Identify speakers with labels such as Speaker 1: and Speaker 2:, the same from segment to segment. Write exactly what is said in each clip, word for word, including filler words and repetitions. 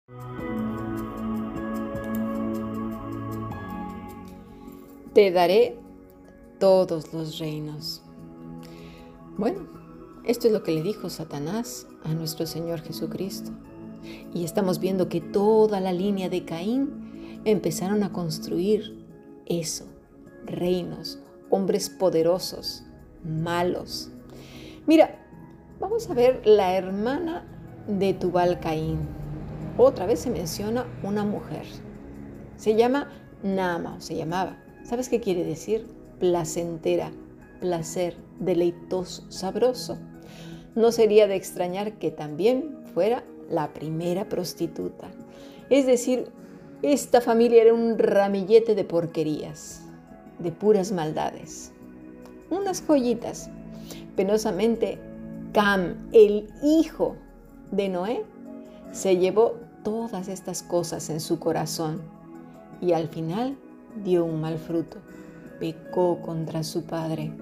Speaker 1: Te daré todos los reinos. Bueno, esto es lo que le dijo Satanás a nuestro Señor Jesucristo. Y estamos viendo que toda la línea de Caín empezaron a construir eso, reinos, hombres poderosos, malos. Mira, vamos a ver la hermana de Tubal Caín. Otra vez se menciona una mujer. Se llama Naama, o se llamaba. ¿Sabes qué quiere decir? Placentera, placer, deleitoso, sabroso. No sería de extrañar que también fuera la primera prostituta. Es decir, esta familia era un ramillete de porquerías, de puras maldades. Unas joyitas. Penosamente, Cam, el hijo de Noé, se llevó todas estas cosas en su corazón y al final dio un mal fruto, pecó contra su padre.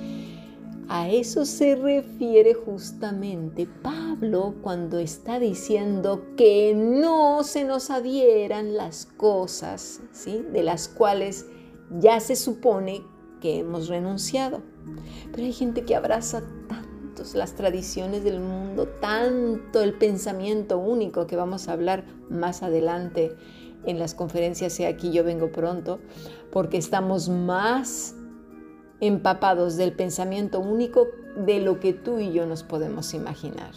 Speaker 1: A eso se refiere justamente Pablo cuando está diciendo que no se nos adhieran las cosas, ¿sí?, de las cuales ya se supone que hemos renunciado. Pero hay gente que abraza tantos las tradiciones del mundo, tanto el pensamiento único, que vamos a hablar más adelante en las conferencias He aquí yo vengo pronto, porque estamos más empapados del pensamiento único de lo que tú y yo nos podemos imaginar.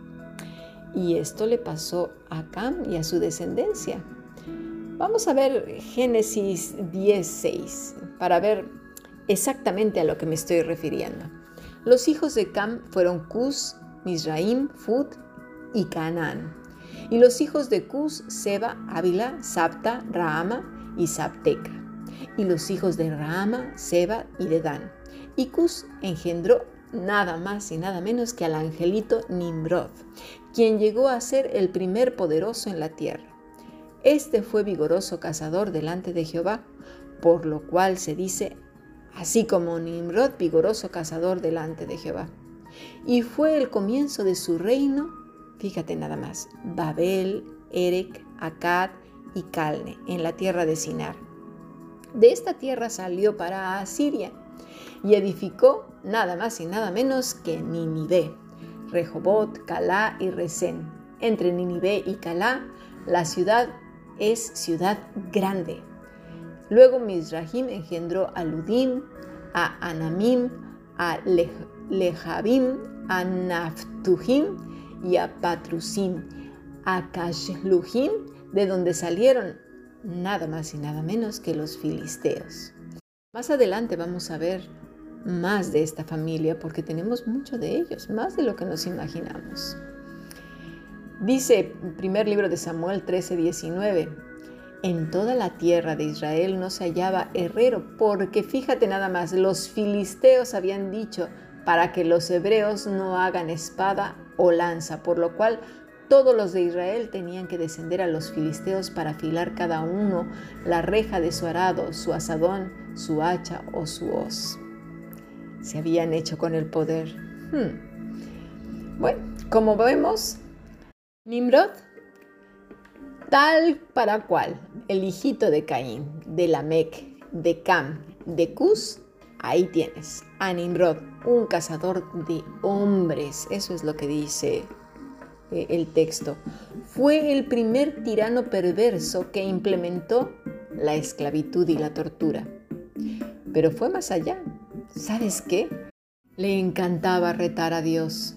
Speaker 1: Y esto le pasó a Cam y a su descendencia. Vamos a ver Génesis diez seis para ver exactamente a lo que me estoy refiriendo. Los hijos de Cam fueron Cus, Mizraim, Fud y Canaán. Y los hijos de Cus, Seba, Ávila, Sabta, Raama y Sabteca. Y los hijos de Raama, Seba y Dedán. Y Cus engendró nada más y nada menos que al angelito Nimrod, quien llegó a ser el primer poderoso en la tierra. Este fue vigoroso cazador delante de Jehová, por lo cual se dice, así como Nimrod, vigoroso cazador delante de Jehová. Y fue el comienzo de su reino, fíjate nada más, Babel, Erec, Accad y Calne, en la tierra de Sinar. De esta tierra salió para Asiria y edificó nada más y nada menos que Ninive, Rehobot, Calá y Resén. Entre Ninive y Calá, la ciudad es ciudad grande. Luego Mizrahim engendró a Ludim, a Anamim, a Lehabim, a Naftujim y a Patrusim, a Cashluhim, de donde salieron nada más y nada menos que los filisteos. Más adelante vamos a ver más de esta familia porque tenemos mucho de ellos, más de lo que nos imaginamos. Dice el primer libro de Samuel trece diecinueve, en toda la tierra de Israel no se hallaba herrero, porque fíjate nada más, los filisteos habían dicho para que los hebreos no hagan espada o lanza, por lo cual todos los de Israel tenían que descender a los filisteos para afilar cada uno la reja de su arado, su azadón, su hacha o su hoz. Se habían hecho con el poder. Hmm. Bueno, como vemos, Nimrod, tal para cual, el hijito de Caín, de Lamec, de Cam, de Cus, ahí tienes a Nimrod, un cazador de hombres. Eso es lo que dice eh, el texto. Fue el primer tirano perverso que implementó la esclavitud y la tortura. Pero fue más allá. ¿Sabes qué? Le encantaba retar a Dios.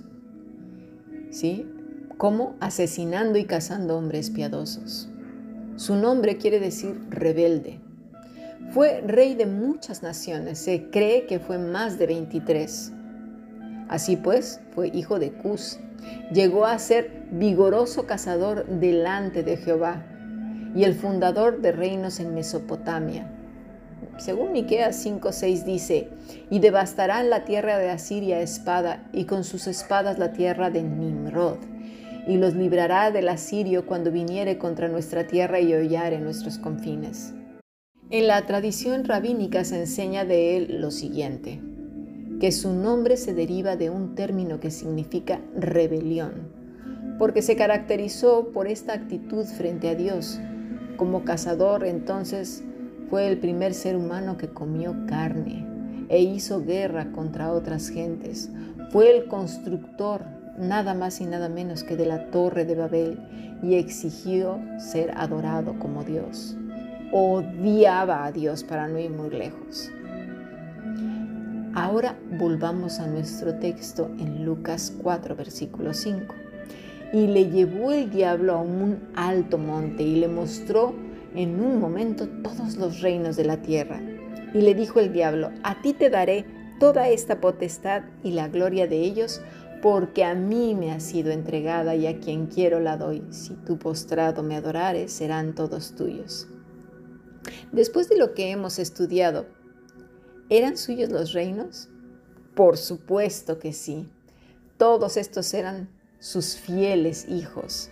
Speaker 1: ¿Sí? Como asesinando y cazando hombres piadosos. Su nombre quiere decir rebelde. Fue rey de muchas naciones, se cree que fue más de veintitrés. Así pues, fue hijo de Cus. Llegó a ser vigoroso cazador delante de Jehová y el fundador de reinos en Mesopotamia. Según Miqueas cinco seis dice, y devastarán la tierra de Asiria a espada, y con sus espadas la tierra de Nimrod. Y los librará del asirio cuando viniere contra nuestra tierra y hollare nuestros confines. En la tradición rabínica se enseña de él lo siguiente, que su nombre se deriva de un término que significa rebelión, porque se caracterizó por esta actitud frente a Dios. Como cazador, entonces, fue el primer ser humano que comió carne e hizo guerra contra otras gentes. Fue el constructor, nada más y nada menos que de la Torre de Babel, y exigió ser adorado como Dios. Odiaba a Dios, para no ir muy lejos. Ahora volvamos a nuestro texto en Lucas cuatro, versículo cinco. Y le llevó el diablo a un alto monte y le mostró en un momento todos los reinos de la tierra. Y le dijo el diablo: a ti te daré toda esta potestad y la gloria de ellos, porque a mí me ha sido entregada y a quien quiero la doy. Si tú postrado me adorares, serán todos tuyos. Después de lo que hemos estudiado, ¿eran suyos los reinos? Por supuesto que sí. Todos estos eran sus fieles hijos.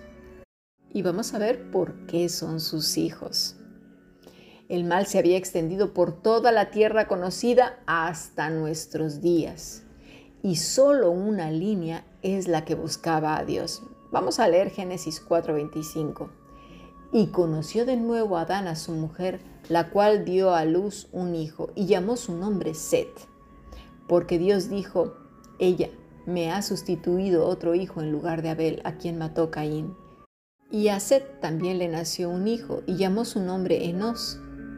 Speaker 1: Y vamos a ver por qué son sus hijos. El mal se había extendido por toda la tierra conocida hasta nuestros días. Y solo una línea es la que buscaba a Dios. Vamos a leer Génesis cuatro, veinticinco. Y conoció de nuevo Adán a su mujer, la cual dio a luz un hijo, y llamó su nombre Set. Porque Dios dijo: ella me ha sustituido otro hijo en lugar de Abel, a quien mató Caín. Y a Set también le nació un hijo, y llamó su nombre Enós.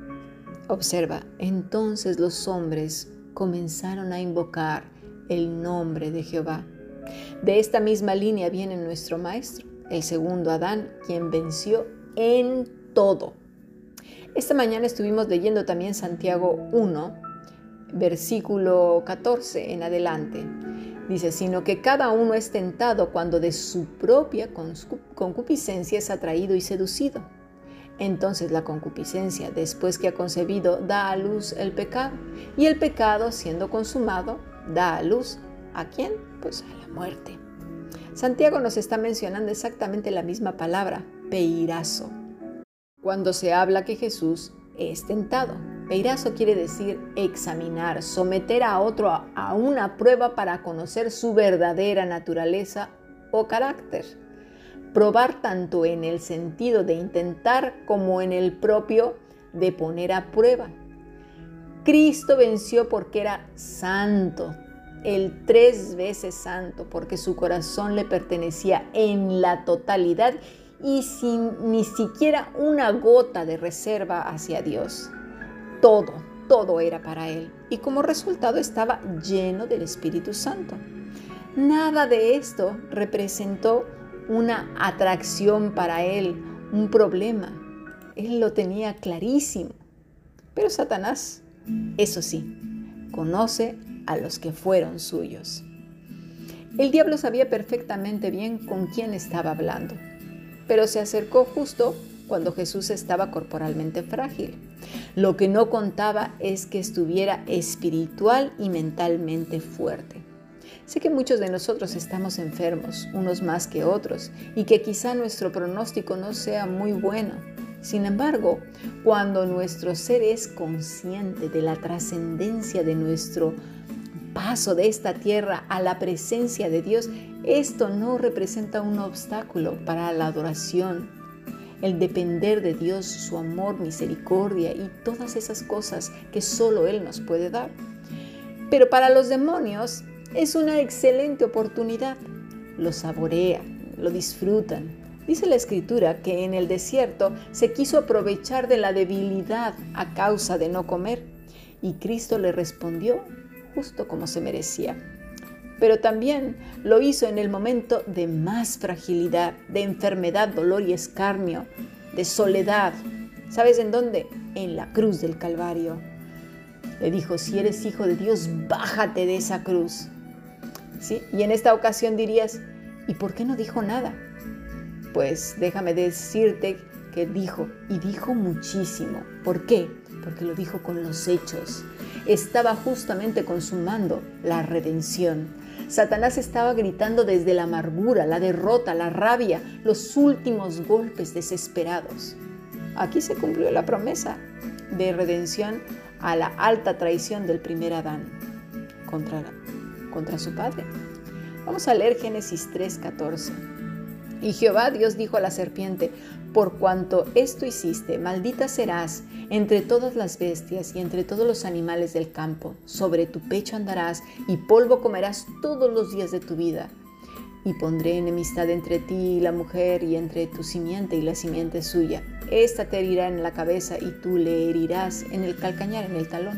Speaker 1: Observa, entonces los hombres comenzaron a invocar el nombre de Jehová. De esta misma línea viene nuestro maestro, el segundo Adán, quien venció en todo. Esta mañana estuvimos leyendo también Santiago uno, versículo catorce en adelante. Dice: sino que cada uno es tentado cuando de su propia concupiscencia es atraído y seducido. Entonces la concupiscencia, después que ha concebido, da a luz el pecado. Y el pecado, siendo consumado, da a luz ¿a quién? Pues a la muerte. Santiago nos está mencionando exactamente la misma palabra, peirazo, cuando se habla que Jesús es tentado. Peirazo quiere decir examinar, someter a otro a una prueba para conocer su verdadera naturaleza o carácter. Probar tanto en el sentido de intentar como en el propio de poner a prueba. Cristo venció porque era santo, el tres veces santo, porque su corazón le pertenecía en la totalidad y sin ni siquiera una gota de reserva hacia Dios. Todo, todo era para él, y como resultado estaba lleno del Espíritu Santo. Nada de esto representó una atracción para él, un problema. Él lo tenía clarísimo. Pero Satanás, eso sí, conoce a los que fueron suyos. El diablo sabía perfectamente bien con quién estaba hablando, pero se acercó justo cuando Jesús estaba corporalmente frágil. Lo que no contaba es que estuviera espiritual y mentalmente fuerte. Sé que muchos de nosotros estamos enfermos, unos más que otros, y que quizá nuestro pronóstico no sea muy bueno. Sin embargo, cuando nuestro ser es consciente de la trascendencia de nuestro paso de esta tierra a la presencia de Dios, esto no representa un obstáculo para la adoración, el depender de Dios, su amor, misericordia y todas esas cosas que solo Él nos puede dar. Pero para los demonios es una excelente oportunidad. Lo saborean, lo disfrutan. Dice la Escritura que en el desierto se quiso aprovechar de la debilidad a causa de no comer, y Cristo le respondió justo como se merecía. Pero también lo hizo en el momento de más fragilidad, de enfermedad, dolor y escarnio, de soledad. ¿Sabes en dónde? En la cruz del Calvario. Le dijo: si eres hijo de Dios, bájate de esa cruz. ¿Sí? Y en esta ocasión dirías: ¿y por qué no dijo nada? Pues déjame decirte que dijo, y dijo muchísimo. ¿Por qué? Porque lo dijo con los hechos. Estaba justamente consumando la redención. Satanás estaba gritando desde la amargura, la derrota, la rabia, los últimos golpes desesperados. Aquí se cumplió la promesa de redención a la alta traición del primer Adán contra, contra su padre. Vamos a leer Génesis tres, catorce. Y Jehová Dios dijo a la serpiente: por cuanto esto hiciste, maldita serás entre todas las bestias y entre todos los animales del campo. Sobre tu pecho andarás y polvo comerás todos los días de tu vida. Y pondré enemistad entre ti y la mujer, y entre tu simiente y la simiente suya. Esta te herirá en la cabeza y tú le herirás en el calcañar, en el talón.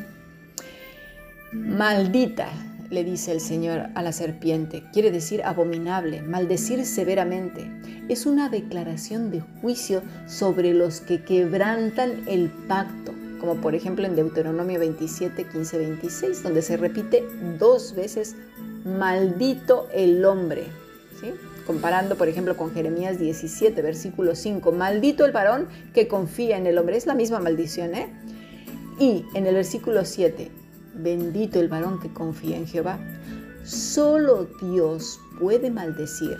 Speaker 1: Maldita, le dice el Señor a la serpiente, quiere decir abominable, maldecir severamente. Es una declaración de juicio sobre los que quebrantan el pacto, como por ejemplo en Deuteronomio veintisiete, quince, veintiséis, donde se repite dos veces: maldito el hombre. ¿Sí? Comparando, por ejemplo, con Jeremías diecisiete, versículo cinco, maldito el varón que confía en el hombre. Es la misma maldición, ¿eh? Y en el versículo siete, bendito el varón que confía en Jehová. Solo Dios puede maldecir.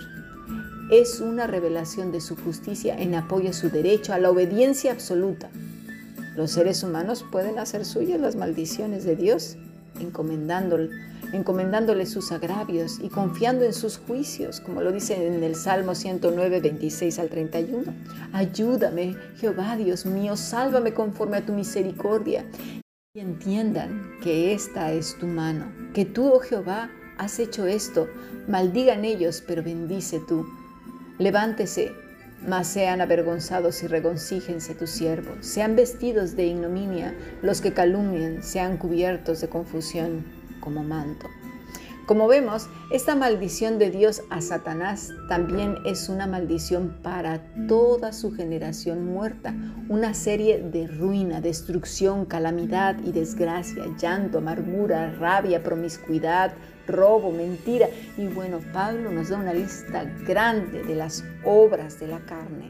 Speaker 1: Es una revelación de su justicia en apoyo a su derecho a la obediencia absoluta. Los seres humanos pueden hacer suyas las maldiciones de Dios, encomendándole, encomendándole sus agravios y confiando en sus juicios, como lo dice en el Salmo ciento nueve, veintiséis al treinta y uno. Ayúdame, Jehová Dios mío, sálvame conforme a tu misericordia. Y entiendan que esta es tu mano, que tú, oh Jehová, has hecho esto. Maldigan ellos, pero bendice tú. Levántese, mas sean avergonzados y regocíjense tus siervos. Sean vestidos de ignominia los que calumnian, sean cubiertos de confusión como manto. Como vemos, esta maldición de Dios a Satanás también es una maldición para toda su generación muerta, una serie de ruina, destrucción, calamidad y desgracia, llanto, amargura, rabia, promiscuidad, robo, mentira. Y bueno, Pablo nos da una lista grande de las obras de la carne.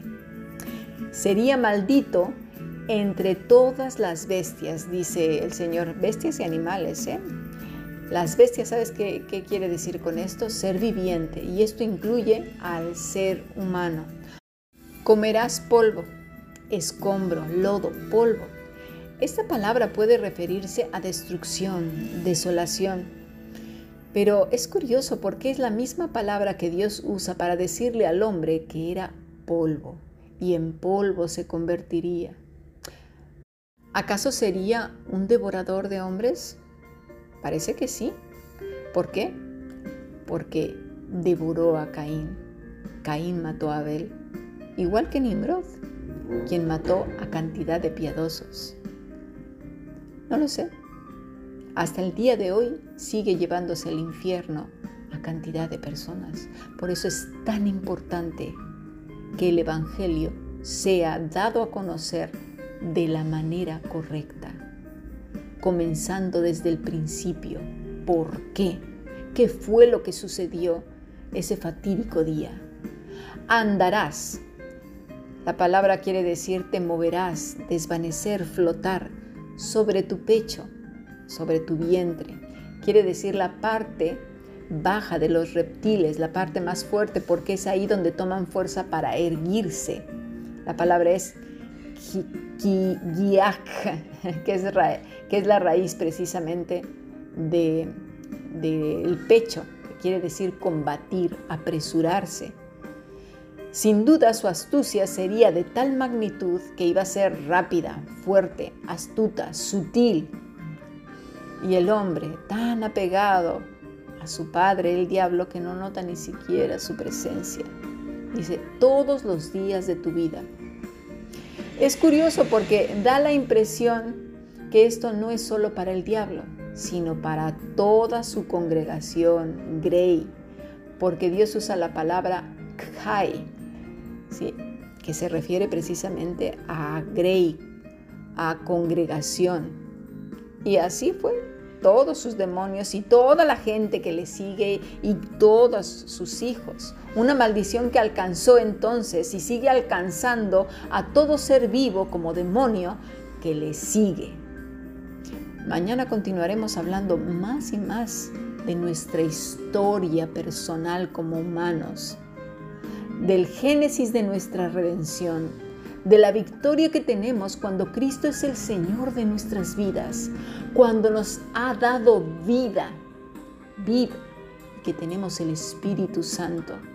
Speaker 1: Sería maldito entre todas las bestias, dice el Señor, bestias y animales, ¿eh? Las bestias, ¿sabes qué, qué quiere decir con esto? Ser viviente, y esto incluye al ser humano. Comerás polvo, escombro, lodo, polvo. Esta palabra puede referirse a destrucción, desolación. Pero es curioso porque es la misma palabra que Dios usa para decirle al hombre que era polvo, y en polvo se convertiría. ¿Acaso sería un devorador de hombres? Parece que sí. ¿Por qué? Porque devoró a Caín. Caín mató a Abel, igual que Nimrod, quien mató a cantidad de piadosos. No lo sé. Hasta el día de hoy sigue llevándose al infierno a cantidad de personas. Por eso es tan importante que el Evangelio sea dado a conocer de la manera correcta, comenzando desde el principio. ¿Por qué? ¿Qué fue lo que sucedió ese fatídico día? Andarás. La palabra quiere decir te moverás, desvanecer, flotar sobre tu pecho, sobre tu vientre. Quiere decir la parte baja de los reptiles, la parte más fuerte, porque es ahí donde toman fuerza para erguirse. La palabra es kiyak, que es, que es la raíz precisamente de, de el pecho, que quiere decir combatir, apresurarse. Sin duda su astucia sería de tal magnitud que iba a ser rápida, fuerte, astuta, sutil. Y el hombre, tan apegado a su padre, el diablo, que no nota ni siquiera su presencia. Dice, todos los días de tu vida. Es curioso porque da la impresión que esto no es solo para el diablo, sino para toda su congregación, grey, porque Dios usa la palabra k'hai, ¿sí?, que se refiere precisamente a grey, a congregación. Y así fue, todos sus demonios y toda la gente que le sigue y todos sus hijos. Una maldición que alcanzó entonces y sigue alcanzando a todo ser vivo como demonio que le sigue. Mañana continuaremos hablando más y más de nuestra historia personal como humanos, del génesis de nuestra redención, de la victoria que tenemos cuando Cristo es el Señor de nuestras vidas, cuando nos ha dado vida, vida, y que tenemos el Espíritu Santo.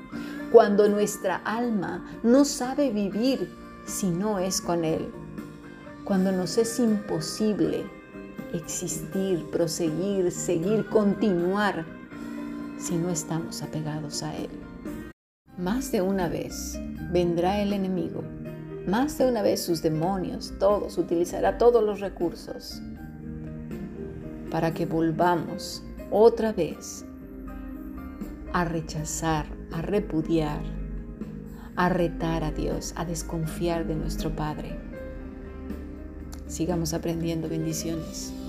Speaker 1: cuando nuestra alma no sabe vivir si no es con Él, cuando nos es imposible existir, proseguir, seguir, continuar si no estamos apegados a Él. Más de una vez vendrá el enemigo, más de una vez sus demonios, todos, utilizará todos los recursos para que volvamos otra vez a rechazar, a repudiar, a retar a Dios, a desconfiar de nuestro Padre. Sigamos aprendiendo. Bendiciones.